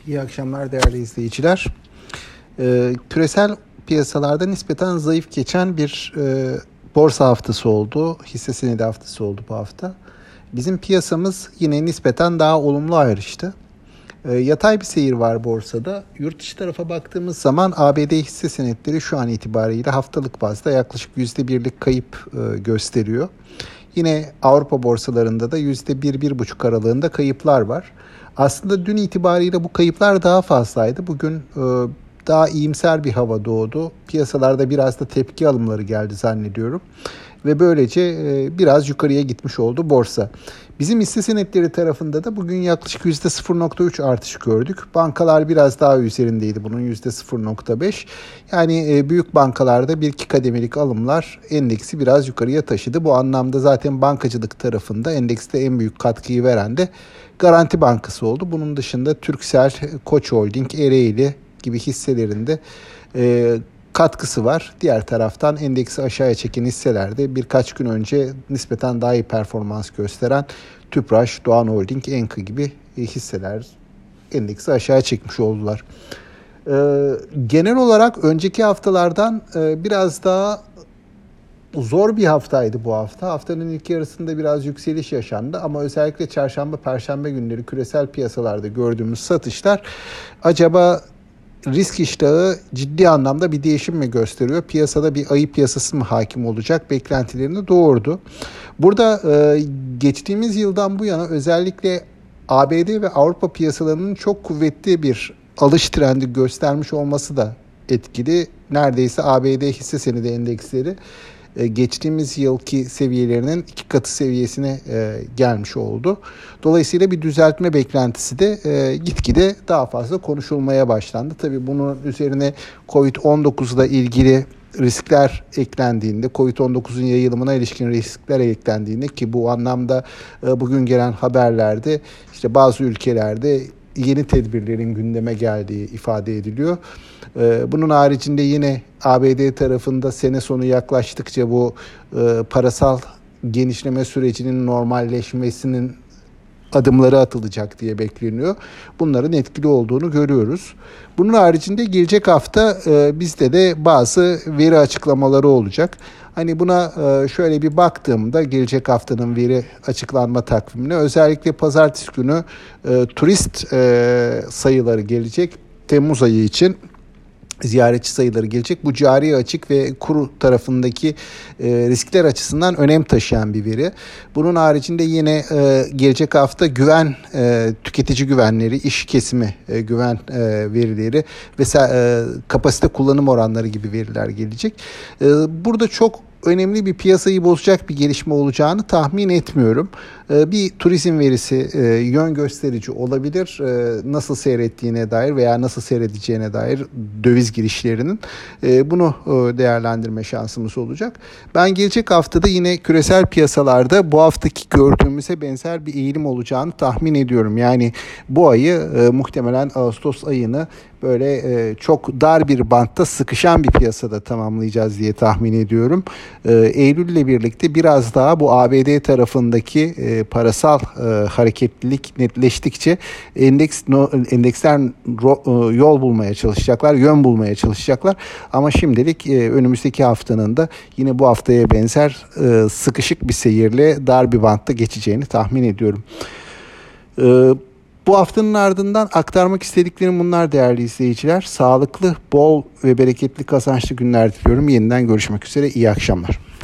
İyi akşamlar değerli izleyiciler. Küresel piyasalarda nispeten zayıf geçen bir borsa haftası oldu. Hisse senedi haftası oldu bu hafta. Bizim piyasamız yine nispeten daha olumlu ayrıştı. Yatay bir seyir var borsada. Yurt dışı tarafa baktığımız zaman ABD hisse senetleri şu an itibariyle haftalık bazda yaklaşık %1'lik kayıp gösteriyor. Yine Avrupa borsalarında da %1-1,5 aralığında kayıplar var. Aslında dün itibariyle bu kayıplar daha fazlaydı. Bugün daha iyimser bir hava doğdu. Piyasalarda biraz da tepki alımları geldi zannediyorum. Ve böylece biraz yukarıya gitmiş oldu borsa. Bizim hisse senetleri tarafında da bugün yaklaşık %0,3 artış gördük. Bankalar biraz daha üzerindeydi bunun %0,5. Yani büyük bankalarda bir iki kademelik alımlar endeksi biraz yukarıya taşıdı. Bu anlamda zaten bankacılık tarafında endekste en büyük katkıyı veren de Garanti Bankası oldu. Bunun dışında Turkcell, Koç Holding, Ereğli gibi hisselerinde katkısı var. Diğer taraftan endeksi aşağıya çeken hisselerde birkaç gün önce nispeten daha iyi performans gösteren Tüpraş, Doğan Holding, Enka gibi hisseler endeksi aşağıya çekmiş oldular. Genel olarak önceki haftalardan biraz daha zor bir haftaydı bu hafta. Haftanın ilk yarısında biraz yükseliş yaşandı ama özellikle çarşamba, perşembe günleri küresel piyasalarda gördüğümüz satışlar acaba risk iştahı ciddi anlamda bir değişim mi gösteriyor? Piyasada bir ayı piyasası mı hakim olacak? Beklentilerini doğurdu. Burada geçtiğimiz yıldan bu yana özellikle ABD ve Avrupa piyasalarının çok kuvvetli bir alış trendi göstermiş olması da etkili. Neredeyse ABD hisse senedi endeksleri geçtiğimiz yılki seviyelerinin 2 katı seviyesine gelmiş oldu. Dolayısıyla bir düzeltme beklentisi de gitgide daha fazla konuşulmaya başlandı. Tabii bunun üzerine Covid-19'la ilgili riskler eklendiğinde, Covid-19'un yayılımına ilişkin riskler eklendiğinde ki bu anlamda bugün gelen haberlerde işte bazı ülkelerde yeni tedbirlerin gündeme geldiği ifade ediliyor. Bunun haricinde yine ABD tarafında sene sonu yaklaştıkça bu parasal genişleme sürecinin normalleşmesinin adımları atılacak diye bekleniyor. Bunların etkili olduğunu görüyoruz. Bunun haricinde gelecek hafta bizde de bazı veri açıklamaları olacak. Hani buna şöyle bir baktığımda gelecek haftanın veri açıklanma takvimine özellikle pazartesi günü turist sayıları gelecek. Temmuz ayı için ziyaretçi sayıları gelecek. Bu cari açık ve kur tarafındaki riskler açısından önem taşıyan bir veri. Bunun haricinde yine gelecek hafta güven, tüketici güvenleri, iş kesimi güven verileri ve kapasite kullanım oranları gibi veriler gelecek. Burada çok önemli bir piyasayı bozacak bir gelişme olacağını tahmin etmiyorum. Bir turizm verisi yön gösterici olabilir. Nasıl seyrettiğine dair veya nasıl seyredeceğine dair döviz girişlerinin bunu değerlendirme şansımız olacak. Ben gelecek haftada yine küresel piyasalarda bu haftaki gördüğümüze benzer bir eğilim olacağını tahmin ediyorum. Yani bu ayı muhtemelen Ağustos ayını böyle çok dar bir bantta sıkışan bir piyasada tamamlayacağız diye tahmin ediyorum. Eylül ile birlikte biraz daha bu ABD tarafındaki parasal hareketlilik netleştikçe endeksler yol bulmaya çalışacaklar, yön bulmaya çalışacaklar. Ama şimdilik önümüzdeki haftanın da yine bu haftaya benzer sıkışık bir seyirle dar bir bantta geçeceğini tahmin ediyorum. Bu haftanın ardından aktarmak istediklerim bunlar değerli izleyiciler. Sağlıklı, bol ve bereketli kazançlı günler diliyorum. Yeniden görüşmek üzere. İyi akşamlar.